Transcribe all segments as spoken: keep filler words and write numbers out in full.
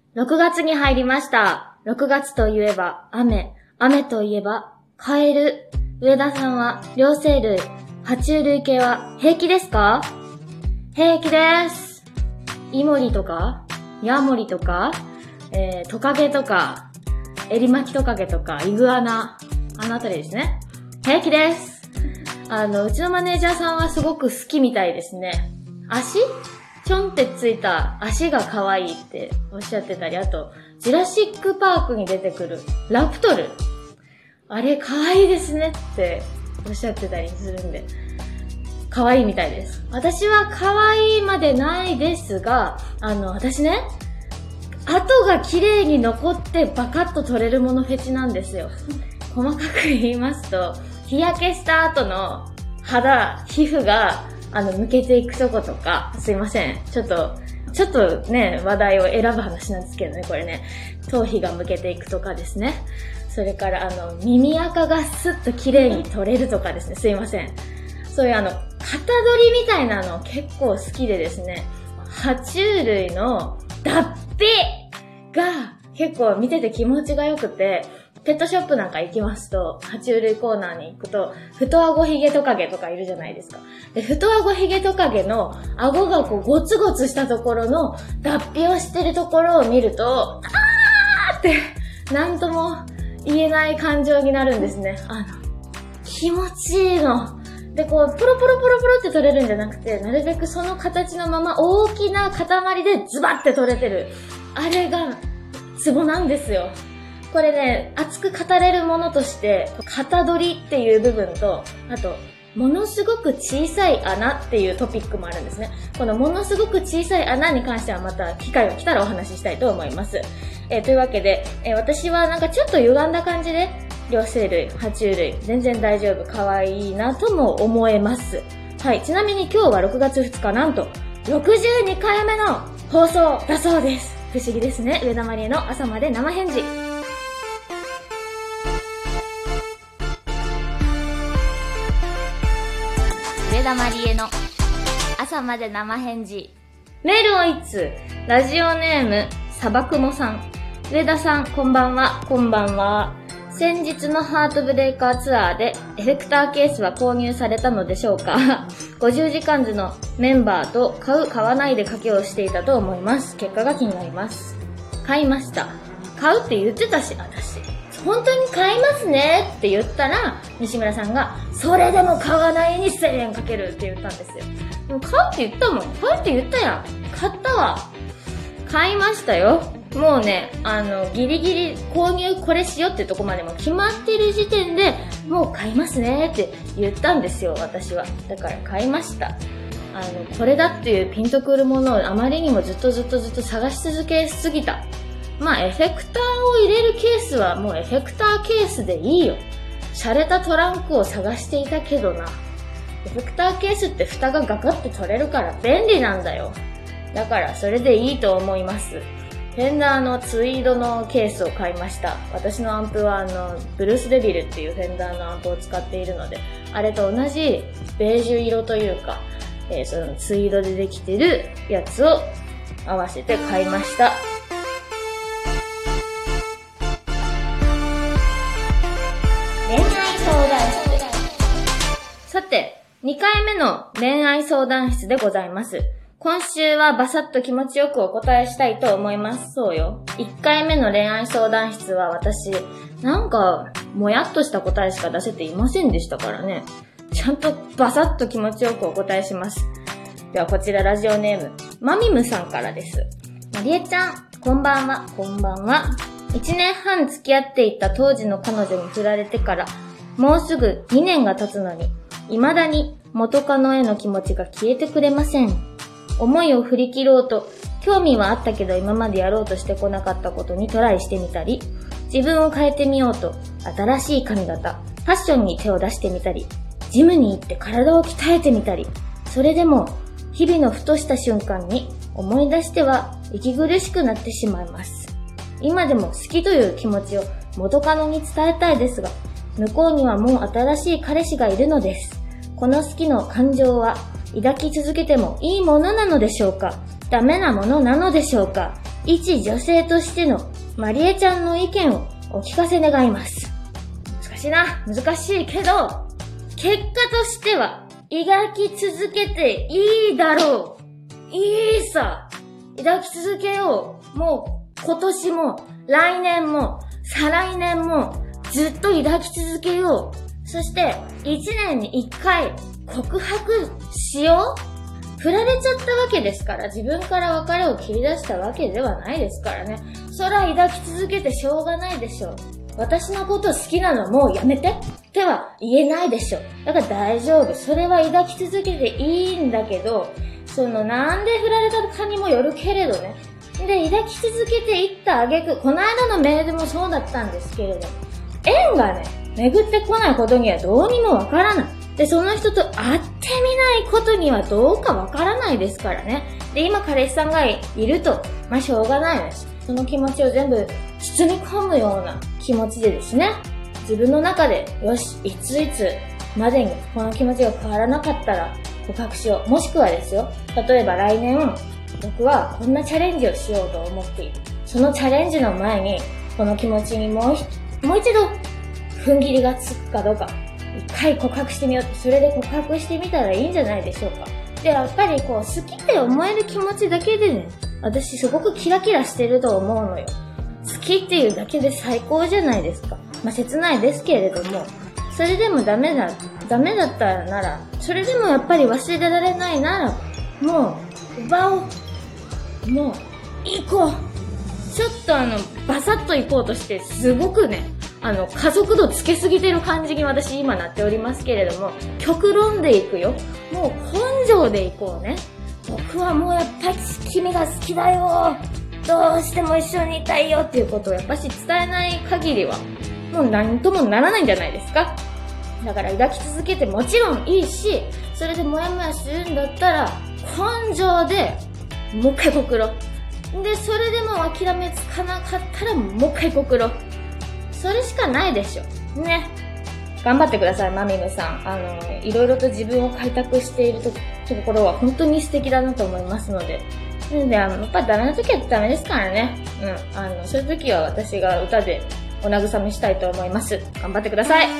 ろくがつに入りました。ろくがつといえば雨、雨といえばカエル。上田さんは両生類、爬虫類系は平気ですか？平気です。イモリとか、ヤモリとか、えー、トカゲとか、エリマキトカゲとか、イグアナ、あのあたりですね。平気です。あの、うちのマネージャーさんはすごく好きみたいですね。足？ちょんってついた足が可愛いっておっしゃってたり、あと、ジュラシックパークに出てくるラプトル。あれ可愛いですねっておっしゃってたりするんで、可愛いみたいです。私は可愛いまでないですが、あの、私ね、跡が綺麗に残ってバカッと取れるものフェチなんですよ。細かく言いますと、日焼けした後の肌、皮膚が、あの、抜けていくとことか、すいません。ちょっと、ちょっとね、話題を選ぶ話なんですけどね、これね。頭皮が向けていくとかですね。それから、あの、耳垢がスッと綺麗に取れるとかですね、すいません。そういうあの、型取りみたいなの結構好きでですね、爬虫類の脱皮が結構見てて気持ちが良くて、ペットショップなんか行きますと、爬虫類コーナーに行くと、フトアゴヒゲトカゲとかいるじゃないですか。で、フトアゴヒゲトカゲの顎がこうゴツゴツしたところの脱皮をしてるところを見ると、あーって、なんとも言えない感情になるんですね。あの、気持ちいいの。で、こう、ポロポロポロポロって取れるんじゃなくて、なるべくその形のまま大きな塊でズバって取れてる。あれが、ツボなんですよ。これね、熱く語れるものとして、型取りっていう部分と、あと、ものすごく小さい穴っていうトピックもあるんですね。このものすごく小さい穴に関してはまた機会が来たらお話ししたいと思います。えー、というわけで、えー、私はなんかちょっと歪んだ感じで、両生類、爬虫類、全然大丈夫、可愛いなとも思えます。はい、ちなみに今日はろくがつふつか、なんと、ろくじゅうにかいめの放送だそうです。不思議ですね。上田まりえの朝まで生返事。上田まりえの朝まで生返事。メールを一通。ラジオネームさばくもさん。上田さん、こんばんは。こんばんは。先日のハートブレイカーツアーでエフェクターケースは購入されたのでしょうか？ごじゅうじかんずのメンバーと買う買わないで賭けをしていたと思います。結果が気になります。買いました。買うって言ってたし、私本当に買いますねって言ったら、西村さんがそれでも買わないにせんえんかけるって言ったんですよ。でも買うって言ったもん。買うって言ったやん。買ったわ。買いましたよ。もうね、あの、ギリギリ購入これしようってとこまでも決まってる時点で、もう買いますねって言ったんですよ、私は。だから買いました。あの、これだっていうピンとくるものをあまりにもずっとずっとずっと探し続けすぎた。まあ、エフェクターを入れるケースはもうエフェクターケースでいいよ。洒落たトランクを探していたけどな。エフェクターケースって蓋がガガって取れるから便利なんだよ。だからそれでいいと思います。フェンダーのツイードのケースを買いました。私のアンプはあの、ブルースデビルっていうフェンダーのアンプを使っているので、あれと同じベージュ色というか、えー、そのツイードでできてるやつを合わせて買いました。恋愛相談室。さて、にかいめの恋愛相談室でございます。今週はバサッと気持ちよくお答えしたいと思います。そうよ。いっかいめの恋愛相談室は私、なんか、もやっとした答えしか出せていませんでしたからね。ちゃんとバサッと気持ちよくお答えします。ではこちらラジオネーム、マミムさんからです。まりえちゃん、こんばんは、こんばんは。いちねんはん付き合っていた当時の彼女に振られてから、もうすぐにねんが経つのに、未だに元カノへの気持ちが消えてくれません。思いを振り切ろうと、興味はあったけど今までやろうとしてこなかったことにトライしてみたり、自分を変えてみようと、新しい髪型、ファッションに手を出してみたり、ジムに行って体を鍛えてみたり、それでも、日々のふとした瞬間に思い出しては息苦しくなってしまいます。今でも好きという気持ちを元カノに伝えたいですが、向こうにはもう新しい彼氏がいるのです。この好きの感情は抱き続けてもいいものなのでしょうか？ダメなものなのでしょうか？ 一女性としてのまりえちゃんの意見をお聞かせ願います。難しいな。難しいけど、結果としては、抱き続けていいだろう。いいさ。抱き続けよう。もう、今年も、来年も、再来年も、ずっと抱き続けよう。そして、一年に一回、告白しよう。振られちゃったわけですから、自分から別れを切り出したわけではないですからね。そら抱き続けてしょうがないでしょう。私のこと好きなのもうやめてっては言えないでしょ。だから大丈夫。それは抱き続けていいんだけど、そのなんで振られたかにもよるけれどね。で、抱き続けていった挙句、この間のメールもそうだったんですけれど、縁がね、巡ってこないことにはどうにもわからない。で、その人と会ってみないことにはどうかわからないですからね。で、今彼氏さんがいると、まあしょうがないです。その気持ちを全部包み込むような気持ちでですね、自分の中で、よし、いついつまでにこの気持ちが変わらなかったら告白しよう。もしくはですよ、例えば来年、僕はこんなチャレンジをしようと思っている。そのチャレンジの前に、この気持ちにもう、もう一度、踏ん切りがつくかどうか、一回告白してみようって、それで告白してみたらいいんじゃないでしょうか。で、やっぱりこう、好きって思える気持ちだけでね、私すごくキラキラしてると思うのよ。好きっていうだけで最高じゃないですか。まあ、切ないですけれども、それでもダメだ、ダメだったらなら、それでもやっぱり忘れられないなら、もう、奪おう。もう、行こう。ちょっとあの、バサッと行こうとして、すごくね、あの、加速度つけすぎてる感じに私今なっておりますけれども、極論で行くよ。もう根性で行こうね。僕はもうやっぱり君が好きだよ。どうしても一緒にいたいよっていうことをやっぱし伝えない限りは、もう何ともならないんじゃないですか。だから抱き続けてもちろんいいし、それでモヤモヤするんだったら、根性でもう一回告ろう。で、それでも諦めつかなかったらもう一回告ろう。それしかないでしょ。ね。頑張ってください、マミムさん。あの、いろいろと自分を開拓していると、ところは本当に素敵だなと思いますので。で、やっぱダメな時はダメですからね。うん。あの、そういう時は私が歌でお慰めしたいと思います。頑張ってください。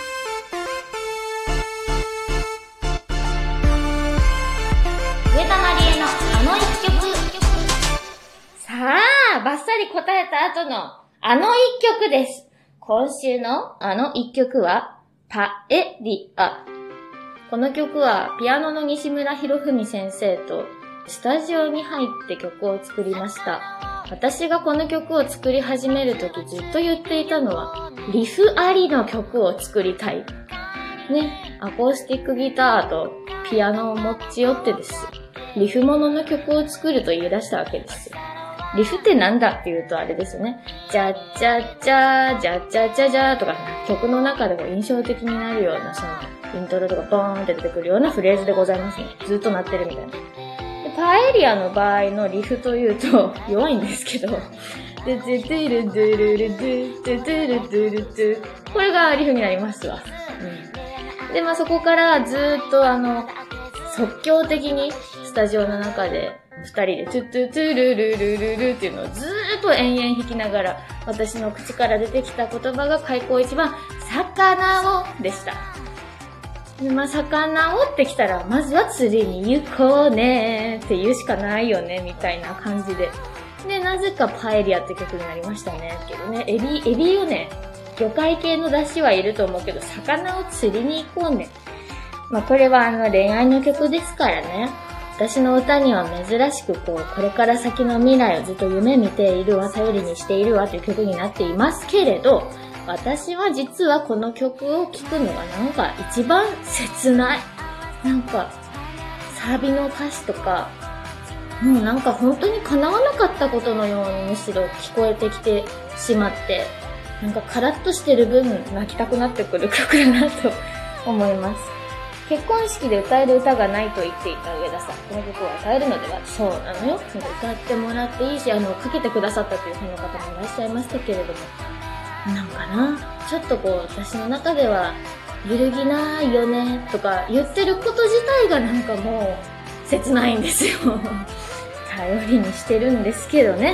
上田まりえのあの一曲。さあ、バッサリ答えた後のあの一曲です。今週のあの一曲は、パエリア。この曲はピアノの西村博文先生とスタジオに入って曲を作りました。私がこの曲を作り始めるときずっと言っていたのは、リフありの曲を作りたい。ね、アコースティックギターとピアノを持ち寄ってです。リフものの曲を作ると言い出したわけですよ。リフってなんだっていうとあれですよね。じゃっちゃっちゃー、じゃっちゃっちゃじゃーとか、曲の中でも印象的になるような、その、イントロとかボーンって出てくるようなフレーズでございますね。ずっと鳴ってるみたいな。でパエリアの場合のリフというと、弱いんですけど、で、で、でるでるるで、で、でるでるで、これがリフになりますわ。うん。で、まあ、そこからずーっとあの、即興的にスタジオの中で、二人でトゥトゥトゥルルルルルっていうのをずーっと延々弾きながら、私の口から出てきた言葉が開口一番、魚をでした。で、まあ、魚をってきたら、まずは釣りに行こうねって言うしかないよね、みたいな感じで。で、なぜかパエリアって曲になりましたね。けどね、エビ、エビをね、魚介系の出汁はいると思うけど、魚を釣りに行こうね。まあ、これはあの恋愛の曲ですからね。私の歌には珍しくこう、これから先の未来をずっと夢見ているわ、頼りにしているわという曲になっていますけれど、私は実はこの曲を聴くのがなんか一番切ない。なんか、サビの歌詞とか、もうなんか本当に叶わなかったことのようにむしろ聞こえてきてしまって、なんかカラッとしてる分泣きたくなってくる曲だなと思います。結婚式で歌える歌がないと言っていた上田さん。この曲を歌えるのではそうなのよ。その歌ってもらっていいし、あの、かけてくださったという風の方もいらっしゃいましたけれども。なんかな、ちょっとこう、私の中では、揺るぎないよね、とか言ってること自体がなんかもう、切ないんですよ。頼りにしてるんですけどね。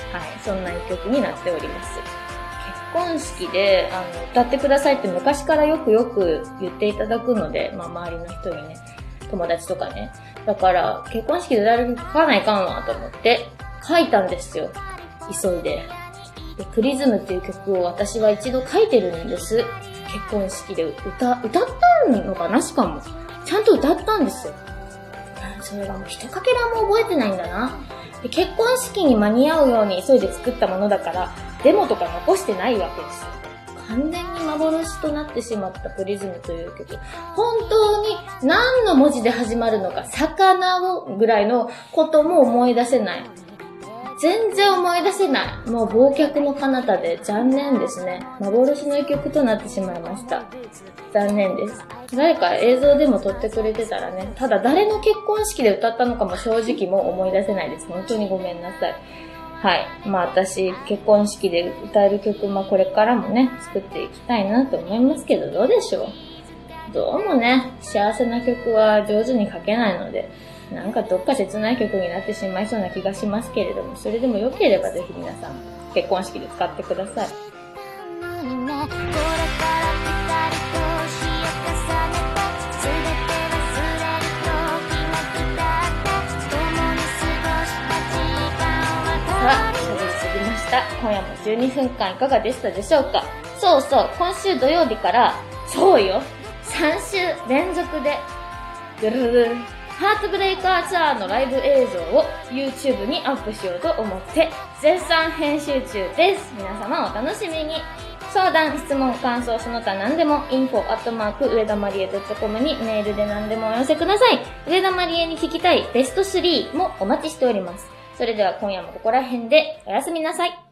そんな一曲になっております。結婚式で、あの、歌ってくださいって昔からよくよく言っていただくので、まあ周りの人にね、友達とかね。だから、結婚式で誰も書かないかんわと思って、書いたんですよ。急いで。で、プリズムっていう曲を私は一度書いてるんです。結婚式で歌、歌ったのかなしかも。ちゃんと歌ったんですよ。それがもう一かけらも覚えてないんだな。で、結婚式に間に合うように急いで作ったものだから、デモとか残してないわけですよ。完全に幻となってしまったプリズムという曲。本当に何の文字で始まるのか、魚をぐらいのことも思い出せない。全然思い出せない。もう忘却の彼方で残念ですね。幻の一曲となってしまいました。残念です。誰か映像でも撮ってくれてたらね。ただ誰の結婚式で歌ったのかも正直もう思い出せないです。本当にごめんなさい。はい。まあ私、結婚式で歌える曲、まあこれからもね、作っていきたいなと思いますけど、どうでしょう。どうもね、幸せな曲は上手に書けないので、なんかどっか切ない曲になってしまいそうな気がしますけれども、それでも良ければぜひ皆さん、結婚式で使ってください。さあ、喋りすぎました。今夜もじゅうにふんかんいかがでしたでしょうか。そうそう、今週土曜日から、そうよ、さんしゅう連続で、ドゥルルルハートブレイカーツアーのライブ映像を YouTube にアップしようと思って絶賛編集中です。皆様お楽しみに。相談、質問、感想、その他何でも インフォ アットマーク 上田まりえ ドットコム にメールで何でもお寄せください。上田まりえに聞きたいベストスリーもお待ちしております。それでは今夜もここら辺でおやすみなさい。